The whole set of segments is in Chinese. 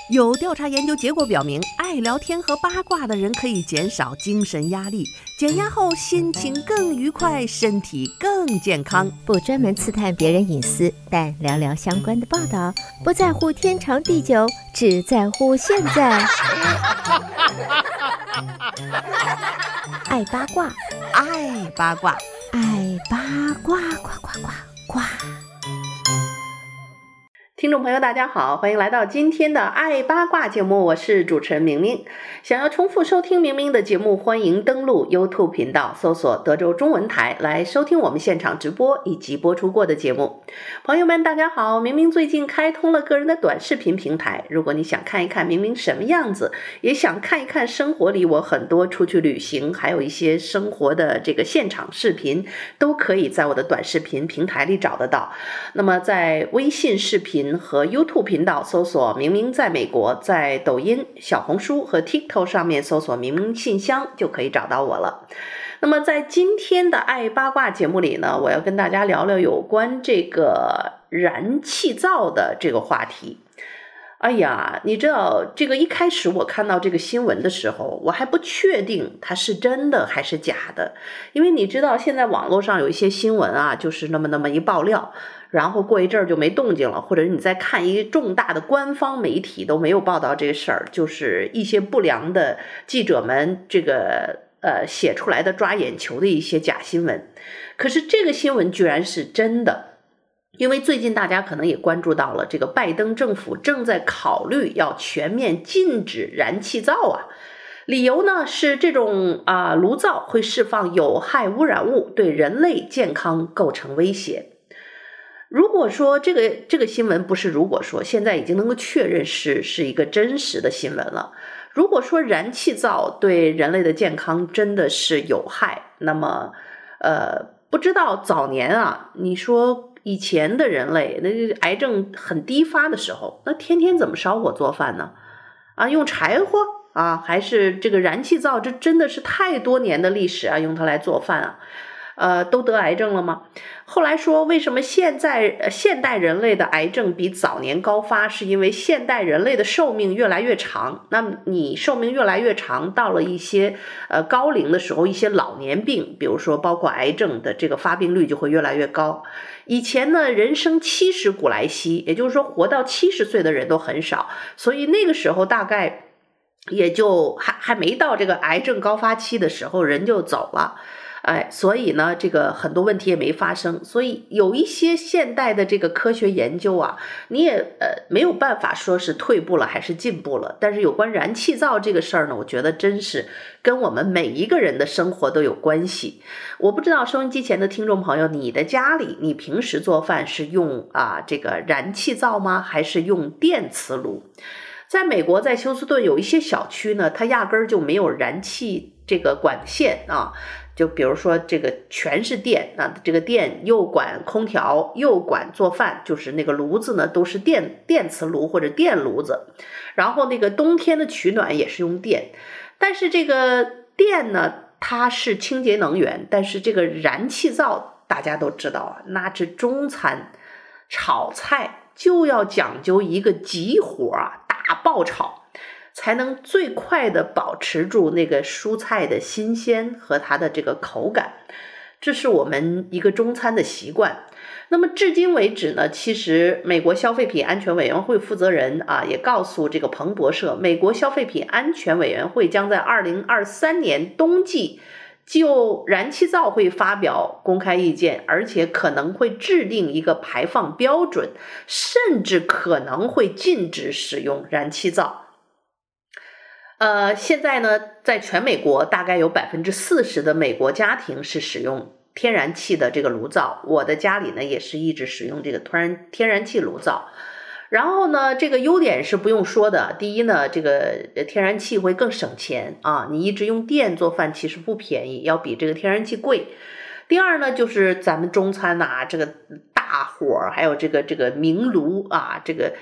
有调查研究结果表明，爱聊天和八卦的人可以减少精神压力，减压后心情更愉快，身体更健康。 不专门刺探别人隐私，但聊聊相关的报道，不在乎天长地久，只在乎现在。爱八卦， 爱八卦， 爱八卦，呱呱呱呱。 听众朋友大家好，欢迎来到今天的爱八卦节目，我是主持人明明。想要重复收听明明的节目，欢迎登录 YouTube 频道，搜索德州中文台来收听我们现场直播以及播出过的节目。朋友们大家好，明明最近开通了个人的短视频平台，如果你想看一看明明什么样子，也想看一看生活里我很多出去旅行还有一些生活的这个现场视频，都可以在我的短视频平台里找得到。那么在微信视频和 YouTube 频道搜索明明在美国，在抖音、小红书和 TikTok 上面搜索明明信箱就可以找到我了。那么在今天的爱八卦节目里呢，我要跟大家聊聊有关这个燃气灶的这个话题。哎呀，你知道这个一开始我看到这个新闻的时候，我还不确定它是真的还是假的，因为你知道现在网络上有一些新闻啊，就是那么一爆料，然后过一阵儿就没动静了，或者你再看一重大的官方媒体都没有报道这个事儿，就是一些不良的记者们这个写出来的抓眼球的一些假新闻。可是这个新闻居然是真的。因为最近大家可能也关注到了，这个拜登政府正在考虑要全面禁止燃气灶啊，理由呢是这种炉灶会释放有害污染物，对人类健康构成威胁。如果说这个新闻不是，如果说现在已经能够确认是一个真实的新闻了。如果说燃气灶对人类的健康真的是有害，那么不知道早年啊，你说以前的人类那癌症很低发的时候，那天天怎么烧火做饭呢？用柴火啊，还是这个燃气灶？这真的是太多年的历史啊，用它来做饭啊，都得癌症了吗？后来说为什么现代人类的癌症比早年高发，是因为现代人类的寿命越来越长。那么你寿命越来越长，到了一些高龄的时候，一些老年病，比如说包括癌症的这个发病率就会越来越高。以前呢，人生70古来稀，也就是说活到70岁的人都很少，所以那个时候大概也就还没到这个癌症高发期的时候，人就走了。所以呢，这个很多问题也没发生。所以有一些现代的这个科学研究啊，你也没有办法说是退步了还是进步了。但是有关燃气灶这个事儿呢，我觉得真是跟我们每一个人的生活都有关系。我不知道收音机前的听众朋友，你的家里你平时做饭是用这个燃气灶吗？还是用电磁炉？在美国，在休斯顿有一些小区呢，它压根儿就没有燃气这个管线啊。就比如说这个全是电，这个电又管空调又管做饭，就是那个炉子呢都是电磁炉或者电炉子，然后那个冬天的取暖也是用电。但是这个电呢它是清洁能源，但是这个燃气灶大家都知道啊，那是中餐炒菜就要讲究一个急火大爆炒，才能最快的保持住那个蔬菜的新鲜和它的这个口感，这是我们一个中餐的习惯。那么至今为止呢，其实美国消费品安全委员会负责人也告诉这个彭博社，美国消费品安全委员会将在2023年冬季就燃气灶会发表公开意见，而且可能会制定一个排放标准，甚至可能会禁止使用燃气灶。现在呢，在全美国大概有40%的美国家庭是使用天然气的这个炉灶，我的家里呢也是一直使用这个天然气炉灶。然后呢，这个优点是不用说的。第一呢，这个天然气会更省钱你一直用电做饭其实不便宜，要比这个天然气贵。第二呢，就是咱们中餐这个大火，还有这个明炉这个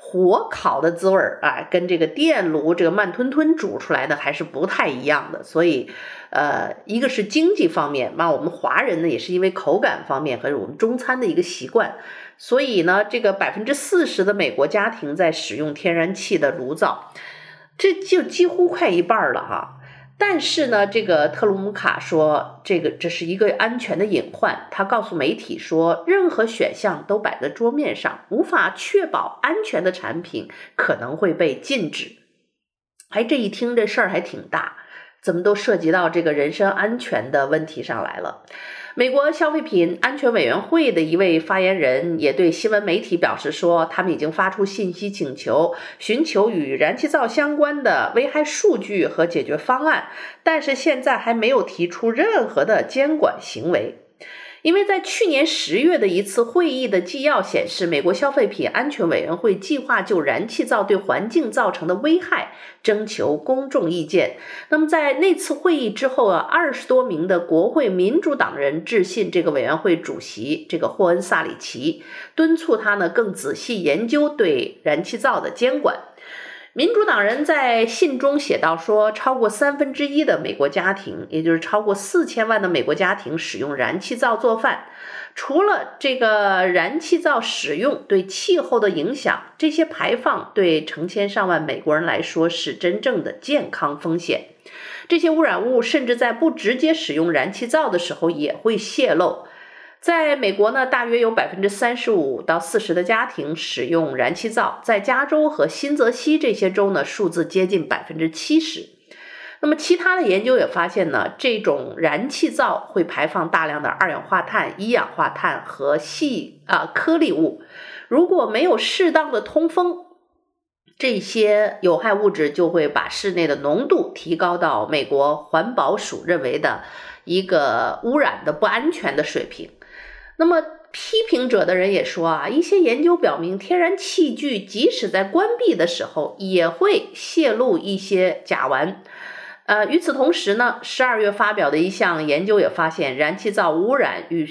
火烤的滋味跟这个电炉这个慢吞吞煮出来的还是不太一样的。所以一个是经济方面，我们华人呢也是因为口感方面和我们中餐的一个习惯，所以呢这个 40% 的美国家庭在使用天然气的炉灶，这就几乎快一半了哈。但是呢，这个特鲁姆卡说，这是一个安全的隐患。他告诉媒体说，任何选项都摆在桌面上，无法确保安全的产品可能会被禁止。这一听这事儿还挺大，怎么都涉及到这个人身安全的问题上来了。美国消费品安全委员会的一位发言人也对新闻媒体表示说，他们已经发出信息请求，寻求与燃气灶相关的危害数据和解决方案，但是现在还没有提出任何的监管行为。因为在去年10月的一次会议的纪要显示，美国消费品安全委员会计划就燃气灶对环境造成的危害征求公众意见。那么在那次会议之后20多名的国会民主党人致信这个委员会主席这个霍恩萨里奇，敦促他呢更仔细研究对燃气灶的监管。民主党人在信中写道说，超过1/3的美国家庭，也就是超过4000万的美国家庭使用燃气灶做饭。除了这个燃气灶使用对气候的影响，这些排放对成千上万美国人来说是真正的健康风险。这些污染物甚至在不直接使用燃气灶的时候也会泄漏。在美国呢，大约有35%到40%的家庭使用燃气灶，在加州和新泽西这些州呢，数字接近70%。那么其他的研究也发现呢，这种燃气灶会排放大量的二氧化碳、一氧化碳和颗粒物。如果没有适当的通风，这些有害物质就会把室内的浓度提高到美国环保署认为的一个污染的不安全的水平。那么批评者的人也说一些研究表明，天然气具即使在关闭的时候也会泄露一些甲烷。与此同时呢，12月发表的一项研究也发现，燃气灶污染与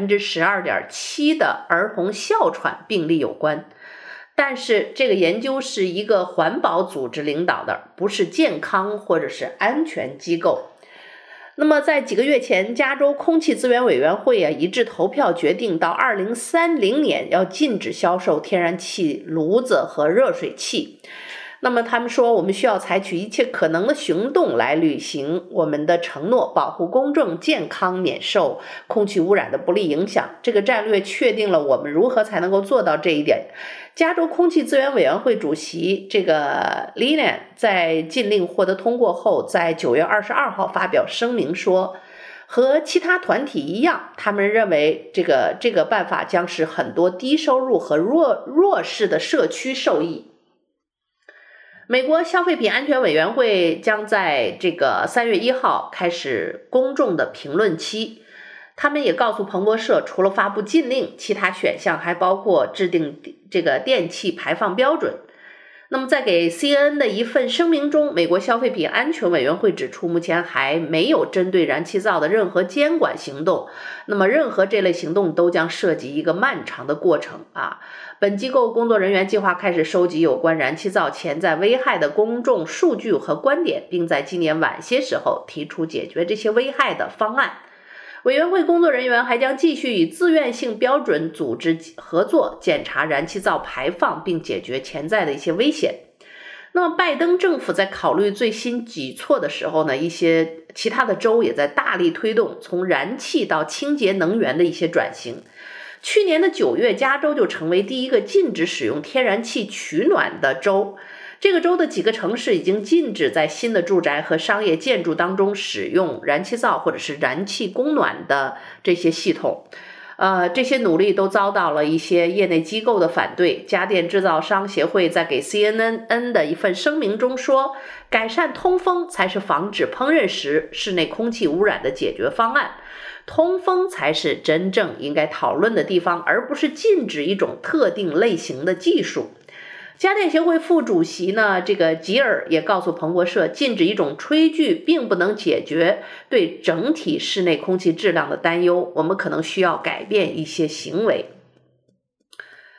12.7% 的儿童哮喘病例有关。但是这个研究是一个环保组织领导的，不是健康或者是安全机构。那么在几个月前，加州空气资源委员会一致投票决定，到2030年要禁止销售天然气炉子和热水器。那么他们说，我们需要采取一切可能的行动来履行我们的承诺，保护公众健康，免受空气污染的不利影响。这个战略确定了我们如何才能够做到这一点。加州空气资源委员会主席这个 Leland 在禁令获得通过后，在9月22号发表声明说，和其他团体一样，他们认为这个办法将使很多低收入和弱势的社区受益。美国消费品安全委员会将在这个3月1号开始公众的评论期。他们也告诉彭博社，除了发布禁令，其他选项还包括制定这个电气排放标准。那么在给 CNN 的一份声明中，美国消费品安全委员会指出，目前还没有针对燃气灶的任何监管行动。那么任何这类行动都将涉及一个漫长的过程本机构工作人员计划开始收集有关燃气灶潜在危害的公众数据和观点，并在今年晚些时候提出解决这些危害的方案。委员会工作人员还将继续与自愿性标准组织合作，检查燃气灶排放，并解决潜在的一些危险。那么拜登政府在考虑最新举措的时候呢，一些其他的州也在大力推动从燃气到清洁能源的一些转型。去年的9月，加州就成为第一个禁止使用天然气取暖的州。这个州的几个城市已经禁止在新的住宅和商业建筑当中使用燃气灶或者是燃气供暖的这些系统。这些努力都遭到了一些业内机构的反对。家电制造商协会在给 CNN 的一份声明中说，改善通风才是防止烹饪时室内空气污染的解决方案。通风才是真正应该讨论的地方，而不是禁止一种特定类型的技术。家电协会副主席呢，这个吉尔也告诉彭博社，禁止一种炊具并不能解决对整体室内空气质量的担忧，我们可能需要改变一些行为。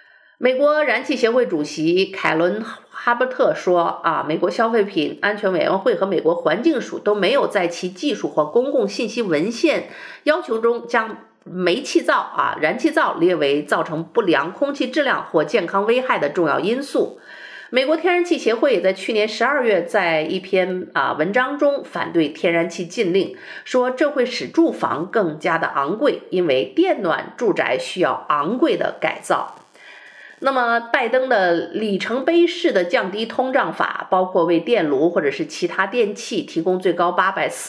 美国燃气协会主席凯伦哈伯特说美国消费品安全委员会和美国环境署都没有在其技术或公共信息文献要求中将煤气灶燃气灶列为造成不良空气质量或健康危害的重要因素。美国天然气协会也在去年12月在一篇文章中反对天然气禁令，说这会使住房更加的昂贵，因为电暖住宅需要昂贵的改造。那么拜登的里程碑式的降低通胀法，包括为电炉或者是其他电器提供最高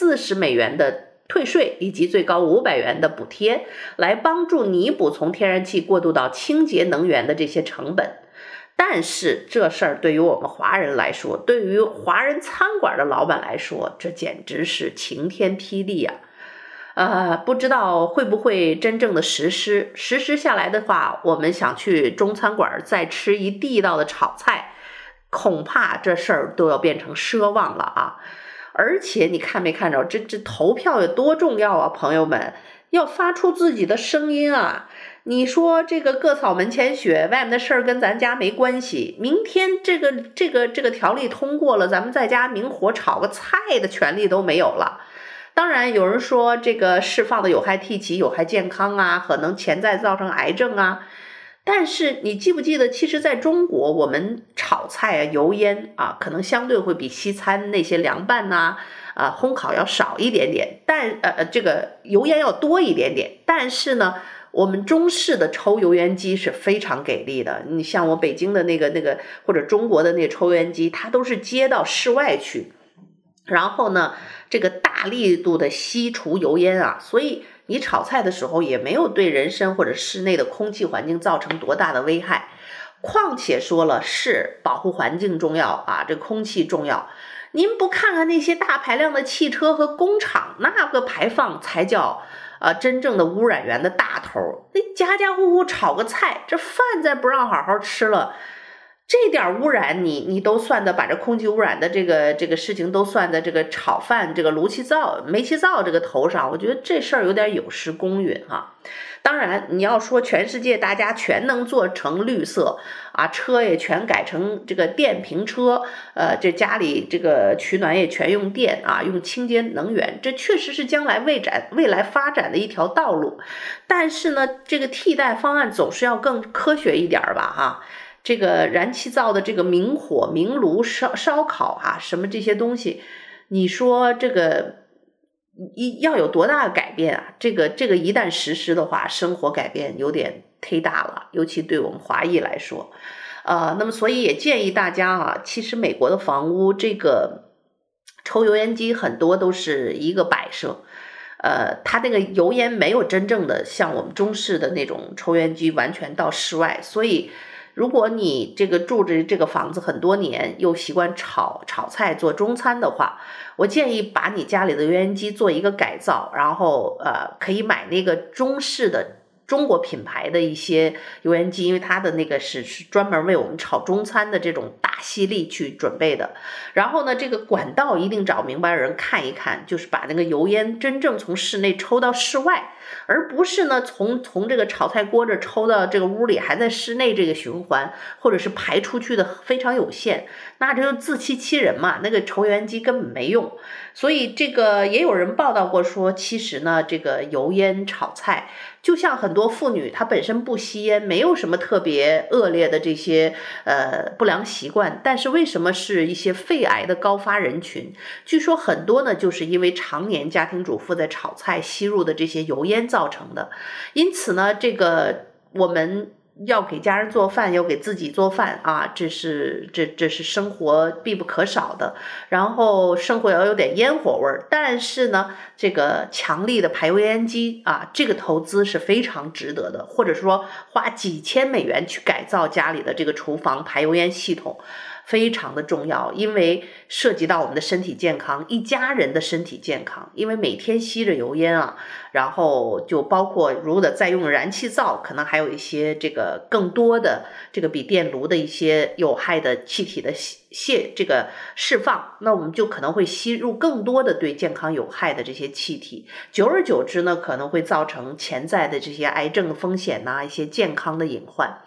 $840的退税以及最高$500的补贴，来帮助弥补从天然气过渡到清洁能源的这些成本。但是这事儿对于我们华人来说，对于华人餐馆的老板来说，这简直是晴天霹雳不知道会不会真正的实施下来的话，我们想去中餐馆再吃一地道的炒菜，恐怕这事儿都要变成奢望了而且你看没看着这投票有多重要朋友们，要发出自己的声音你说这个各草门前雪，外面的事儿跟咱家没关系，明天这个条例通过了，咱们在家明火炒个菜的权利都没有了。当然有人说这个释放的有害气体有害健康可能潜在造成癌症但是你记不记得，其实在中国我们炒菜油烟可能相对会比西餐那些凉拌烘烤要少一点点，但这个油烟要多一点点，但是呢我们中式的抽油烟机是非常给力的。你像我北京的那个或者中国的那个抽油烟机，它都是接到室外去，然后呢这个大力度的吸除油烟所以你炒菜的时候也没有对人身或者室内的空气环境造成多大的危害。况且说了，是保护环境重要这空气重要，您不看看那些大排量的汽车和工厂，那个排放才叫真正的污染源的大头。那家家户户炒个菜，这饭再不让好好吃了，这点污染你都算的，把这空气污染的这个事情都算在这个炒饭这个煤气灶这个头上，我觉得这事儿有点有失公允当然你要说全世界大家全能做成绿色车也全改成这个电瓶车，这家里这个取暖也全用电用清洁能源，这确实是将来未来发展的一条道路。但是呢这个替代方案总是要更科学一点吧这个燃气灶的这个明火明炉烧烤什么这些东西，你说这个要有多大的改变这个一旦实施的话，生活改变有点忒大了，尤其对我们华裔来说那么所以也建议大家其实美国的房屋这个抽油烟机很多都是一个摆设它那个油烟没有真正的像我们中式的那种抽油烟机完全到室外，所以如果你这个住着这个房子很多年，又习惯炒菜做中餐的话，我建议把你家里的油烟机做一个改造，然后可以买那个中式的中国品牌的一些油烟机，因为它的那个是专门为我们炒中餐的这种大吸力去准备的。然后呢这个管道一定找明白人看一看，就是把那个油烟真正从室内抽到室外，而不是呢从这个炒菜锅这抽到这个屋里，还在室内这个循环，或者是排出去的非常有限，那这就自欺欺人嘛，那个抽油烟机根本没用。所以这个也有人报道过说，其实呢这个油烟炒菜就像很多妇女她本身不吸烟，没有什么特别恶劣的这些不良习惯，但是为什么是一些肺癌的高发人群？据说很多呢就是因为常年家庭主妇在炒菜吸入的这些油烟造成的。因此呢这个我们要给家人做饭，要给自己做饭这是生活必不可少的。然后生活要有点烟火味，但是呢这个强力的排油烟机这个投资是非常值得的，或者说花几千美元去改造家里的这个厨房排油烟系统非常的重要，因为涉及到我们的身体健康，一家人的身体健康。因为每天吸着油烟然后就包括如果再用燃气灶，可能还有一些这个更多的这个比电炉的一些有害的气体的这个释放，那我们就可能会吸入更多的对健康有害的这些气体，久而久之呢可能会造成潜在的这些癌症风险一些健康的隐患。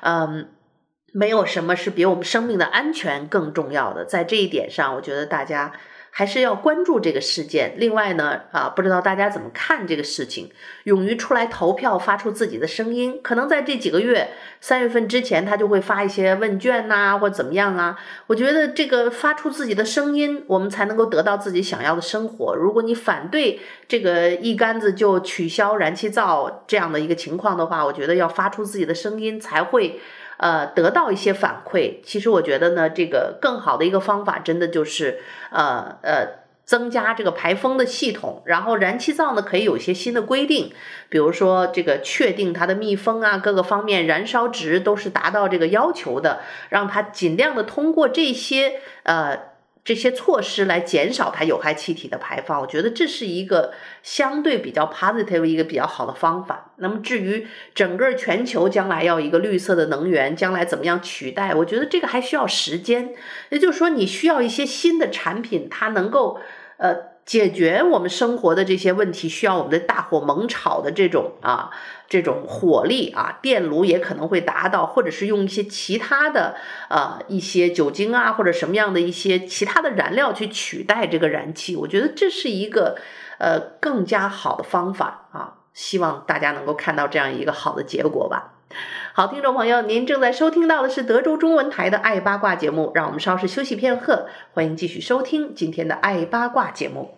没有什么是比我们生命的安全更重要的。在这一点上，我觉得大家还是要关注这个事件。另外呢，不知道大家怎么看这个事情，勇于出来投票，发出自己的声音。可能在这几个月，3月份之前，他就会发一些问卷呐，或者怎么样啊。我觉得这个发出自己的声音，我们才能够得到自己想要的生活。如果你反对这个一竿子就取消燃气灶这样的一个情况的话，我觉得要发出自己的声音才会得到一些反馈。其实我觉得呢，这个更好的一个方法真的就是增加这个排风的系统，然后燃气灶呢可以有一些新的规定，比如说这个确定它的密封啊，各个方面燃烧值都是达到这个要求的，让它尽量的通过这些措施来减少它有害气体的排放。我觉得这是一个相对比较 positive 一个比较好的方法。那么至于整个全球将来要一个绿色的能源，将来怎么样取代，我觉得这个还需要时间。也就是说，你需要一些新的产品，它能够解决我们生活的这些问题，需要我们的大火猛炒的这种火力啊，电炉也可能会达到，或者是用一些其他的一些酒精啊，或者什么样的一些其他的燃料去取代这个燃气。我觉得这是一个更加好的方法啊，希望大家能够看到这样一个好的结果吧。好，听众朋友，您正在收听到的是德州中文台的爱八卦节目，让我们稍事休息片刻，欢迎继续收听今天的爱八卦节目。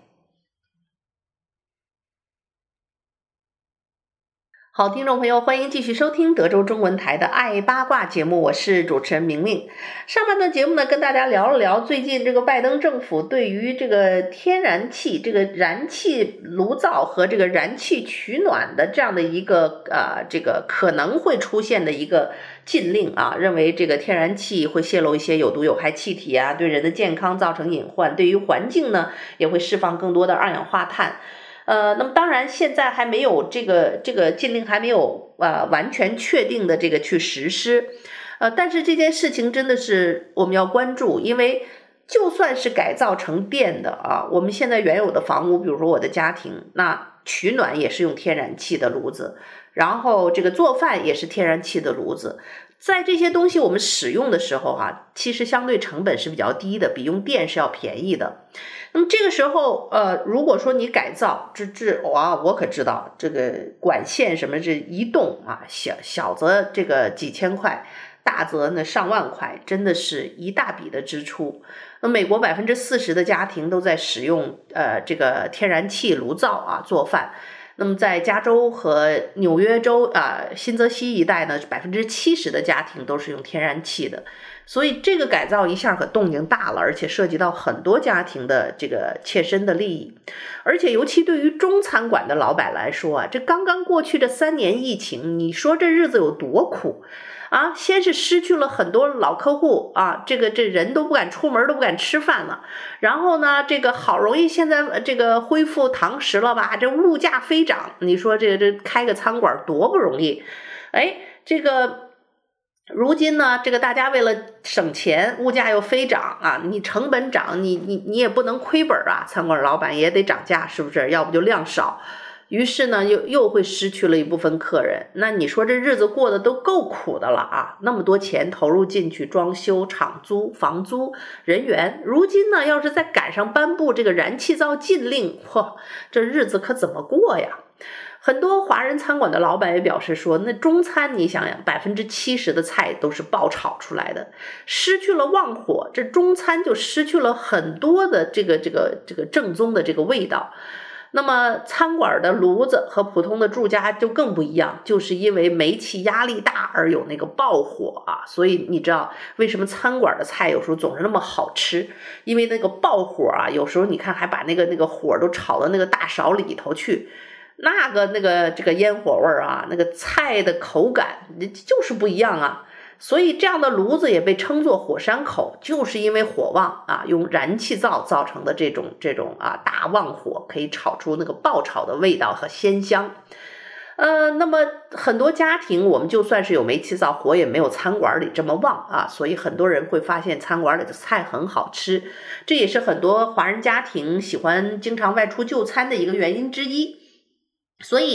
好，听众朋友，欢迎继续收听德州中文台的爱八卦节目，我是主持人明明。上半段节目呢，跟大家聊了聊最近这个拜登政府对于这个天然气、这个燃气炉灶和这个燃气取暖的这样的一个这个可能会出现的一个禁令啊，认为这个天然气会泄露一些有毒有害气体啊，对人的健康造成隐患，对于环境呢也会释放更多的二氧化碳。那么当然现在还没有这个禁令还没有完全确定的这个去实施，但是这件事情真的是我们要关注，因为就算是改造成电的啊，我们现在原有的房屋，比如说我的家庭，那取暖也是用天然气的炉子，然后这个做饭也是天然气的炉子。在这些东西我们使用的时候其实相对成本是比较低的，比用电是要便宜的。那么这个时候如果说你改造我可知道这个管线什么这一动小则这个几千块，大则呢上万块，真的是一大笔的支出。那美国40%的家庭都在使用这个天然气炉灶做饭。那么在加州和纽约州新泽西一带呢，70%的家庭都是用天然气的。所以这个改造一下可动静大了，而且涉及到很多家庭的这个切身的利益。而且尤其对于中餐馆的老板来说这刚刚过去的3年疫情，你说这日子有多苦先是失去了很多老客户这人都不敢出门，都不敢吃饭了。然后呢，这个好容易现在这个恢复堂食了吧，这物价飞涨，你说这开个餐馆多不容易。这个如今呢，这个大家为了省钱，物价又飞涨你成本涨，你也不能亏本餐馆老板也得涨价，是不是？要不就量少。于是呢又会失去了一部分客人。那你说这日子过得都够苦的了那么多钱投入进去，装修、厂租、房租、人员，如今呢要是再赶上颁布这个燃气灶禁令，这日子可怎么过呀？很多华人餐馆的老板也表示说，那中餐你想想，70%的菜都是爆炒出来的，失去了旺火，这中餐就失去了很多的这个正宗的这个味道。那么餐馆的炉子和普通的住家就更不一样，就是因为煤气压力大而有那个爆火所以你知道为什么餐馆的菜有时候总是那么好吃，因为那个爆火有时候你看还把那个火都炒到那个大勺里头去，这个烟火味那个菜的口感就是不一样所以这样的炉子也被称作火山口，就是因为火旺用燃气灶造成的这种大旺火，可以炒出那个爆炒的味道和鲜香。那么很多家庭我们就算是有煤气灶，火也没有餐馆里这么旺所以很多人会发现餐馆里的菜很好吃，这也是很多华人家庭喜欢经常外出就餐的一个原因之一。所以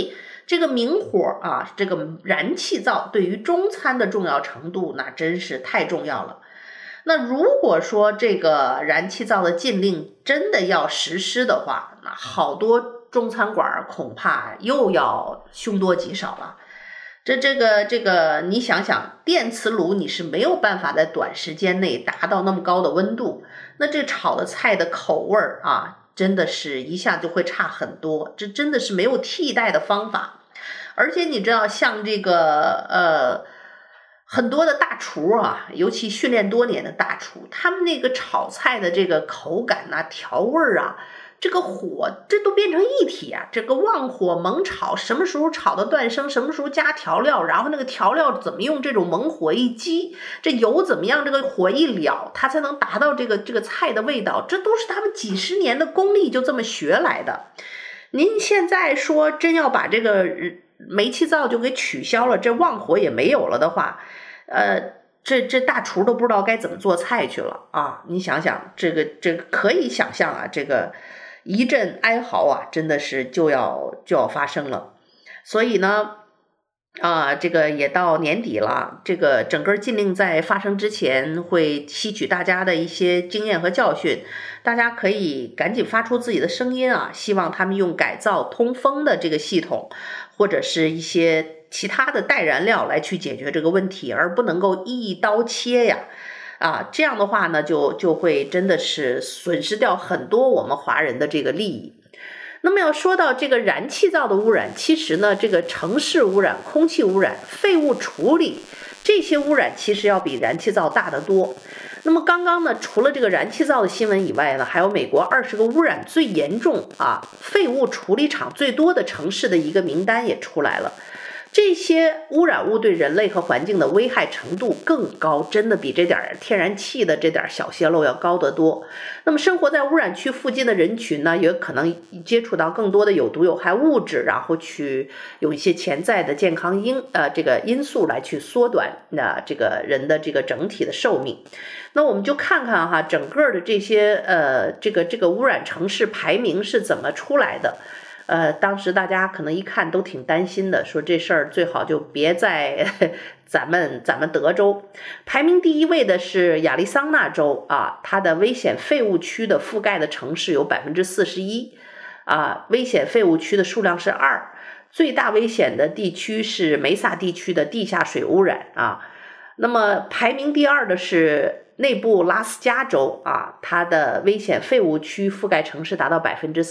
这个明火啊，这个燃气灶对于中餐的重要程度那真是太重要了。那如果说这个燃气灶的禁令真的要实施的话，那好多中餐馆恐怕又要凶多吉少了。这个你想想，电磁炉你是没有办法在短时间内达到那么高的温度，那这炒的菜的口味啊，真的是一下就会差很多，这真的是没有替代的方法。而且你知道，像这个很多的大厨啊，尤其训练多年的大厨，他们那个炒菜的这个口感啊、调味啊，这个火这都变成一体啊，这个旺火猛炒，什么时候炒到断生，什么时候加调料，然后那个调料怎么用这种猛火一激，这油怎么样，这个火一燎，它才能达到这个菜的味道，这都是他们几十年的功力就这么学来的。您现在说真要把这个煤气灶就给取消了，这旺火也没有了的话，这大厨都不知道该怎么做菜去了啊！你想想，这个可以想象啊，这个一阵哀嚎啊，真的是就要发生了。所以呢，这个也到年底了，这个整个禁令在发生之前会吸取大家的一些经验和教训，大家可以赶紧发出自己的声音啊，希望他们用改造通风的这个系统，或者是一些其他的代燃料来去解决这个问题，而不能够一刀切呀。这样的话呢，就会真的是损失掉很多我们华人的这个利益。那么要说到这个燃气灶的污染，其实呢，这个城市污染、空气污染、废物处理这些污染其实要比燃气灶大得多。那么刚刚呢，除了这个燃气灶的新闻以外呢，还有美国20个污染最严重废物处理厂最多的城市的一个名单也出来了。这些污染物对人类和环境的危害程度更高，真的比这点天然气的这点小泄漏要高得多。那么生活在污染区附近的人群呢，也可能接触到更多的有毒有害物质，然后去有一些潜在的健康这个因素来去缩短这个人的这个整体的寿命。那我们就看看整个的这些这个污染城市排名是怎么出来的。当时大家可能一看都挺担心的，说这事儿最好就别在咱们德州。排名第一位的是亚利桑那州它的危险废物区的覆盖的城市有 41%，危险废物区的数量是2，最大危险的地区是梅萨地区的地下水污染那么排名第2的是内布拉斯加州它的危险废物区覆盖城市达到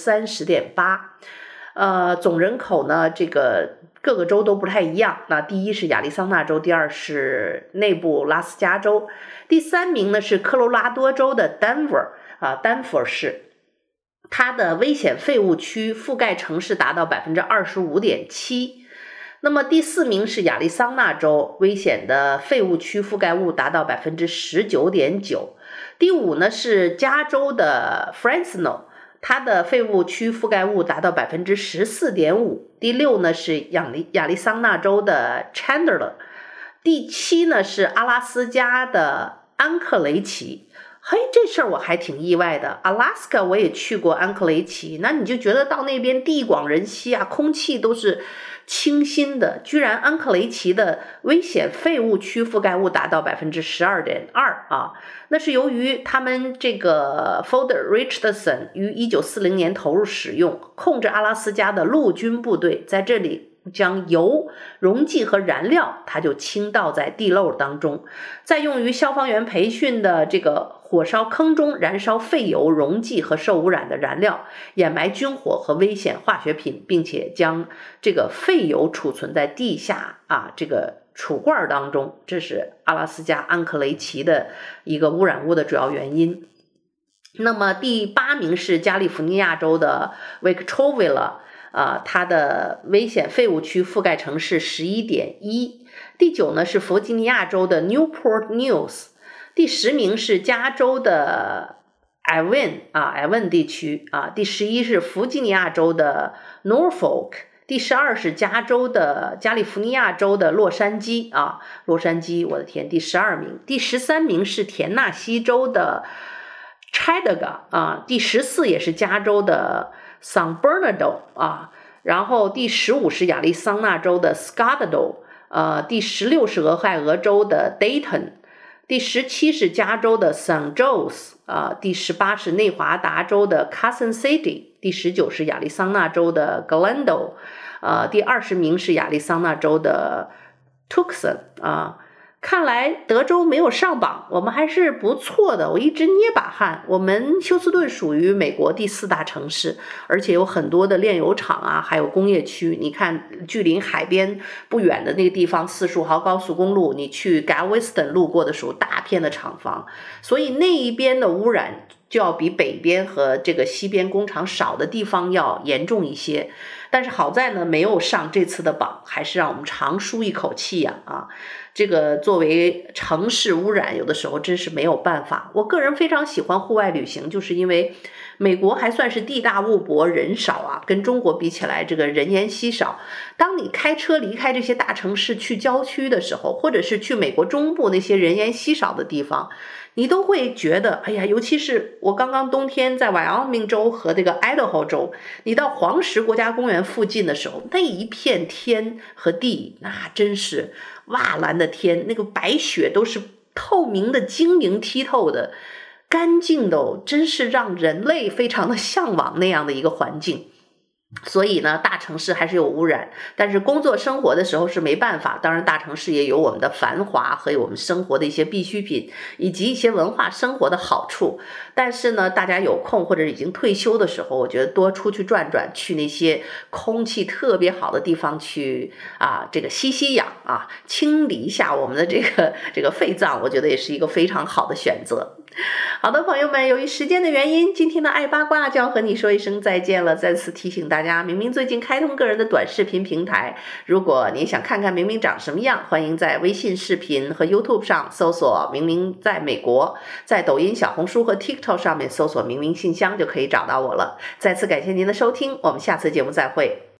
30.8%。总人口呢，这个各个州都不太一样。那第一是亚利桑那州，第2是内布拉斯加州，第3名呢是科罗拉多州的丹佛市，它的危险废物区覆盖城市达到 25.7%。那么第4名是亚利桑那州，危险的废物区覆盖物达到 19.9%。第5呢是加州的 Fresno，它的废物区覆盖物达到 14.5%。第6呢是亚利桑那州的 Chandler。第7呢是阿拉斯加的安克雷奇。这事儿我还挺意外的。Alaska 我也去过安克雷奇，那你就觉得到那边地广人稀空气都是清新的，居然安克雷奇的危险废物区覆盖物达到 12.2%那是由于他们这个 Ford Richardson 于1940年投入使用，控制阿拉斯加的陆军部队在这里将油、溶剂和燃料它就倾倒在地漏当中，再用于消防员培训的这个火烧坑中燃烧废油、溶剂和受污染的燃料，掩埋军火和危险化学品，并且将这个废油储存在地下这个储罐当中。这是阿拉斯加安克雷奇的一个污染物的主要原因。那么第8名是加利福尼亚州的 Victorville，它的危险废物区覆盖城市 11.1%。第9呢是弗吉尼亚州的 Newport News。第10名是加州的艾文地区第11是弗吉尼亚州的 Norfolk。第12是加利福尼亚州的洛杉矶洛杉矶，我的天，第12名。第13名是田纳西州的 Chattanooga第14也是加州的 San Bernardino 然后第15是亚利桑那州的 Scottsdale，第16是俄亥俄州的 Dayton， 第17是加州的 St. Joe's，第18是内华达州的 Carson City， 第19是亚利桑那州的 Glendale，第20名是亚利桑那州的 Tucson。看来德州没有上榜，我们还是不错的，我一直捏把汗。我们休斯顿属于美国第4大城市，而且有很多的炼油厂啊，还有工业区。你看距离海边不远的那个地方，45号高速公路，你去 Galveston 路过的时候，大片的厂房，所以那一边的污染就要比北边和这个西边工厂少的地方要严重一些。但是好在呢，没有上这次的榜，还是让我们长舒一口气呀！这个作为城市污染，有的时候真是没有办法。我个人非常喜欢户外旅行，就是因为美国还算是地大物博人少啊，跟中国比起来，这个人烟稀少。当你开车离开这些大城市去郊区的时候，或者是去美国中部那些人烟稀少的地方，你都会觉得，哎呀，尤其是我刚刚冬天在 Wyoming 州和这个 Idaho 州，你到黄石国家公园附近的时候，那一片天和地，那真是瓦蓝的天，那个白雪都是透明的、晶莹剔透的、干净的，真是让人类非常的向往那样的一个环境。所以呢，大城市还是有污染，但是工作生活的时候是没办法。当然大城市也有我们的繁华和有我们生活的一些必需品，以及一些文化生活的好处。但是呢，大家有空或者已经退休的时候，我觉得多出去转转，去那些空气特别好的地方去这个吸氧清理一下我们的这个肺脏，我觉得也是一个非常好的选择。好的，朋友们，由于时间的原因，今天的爱八卦就要和你说一声再见了。再次提醒大家，明明最近开通个人的短视频平台，如果您想看看明明长什么样，欢迎在微信视频和 YouTube 上搜索明明在美国，在抖音、小红书和 TikTok 上面搜索明明信箱就可以找到我了。再次感谢您的收听，我们下次节目再会。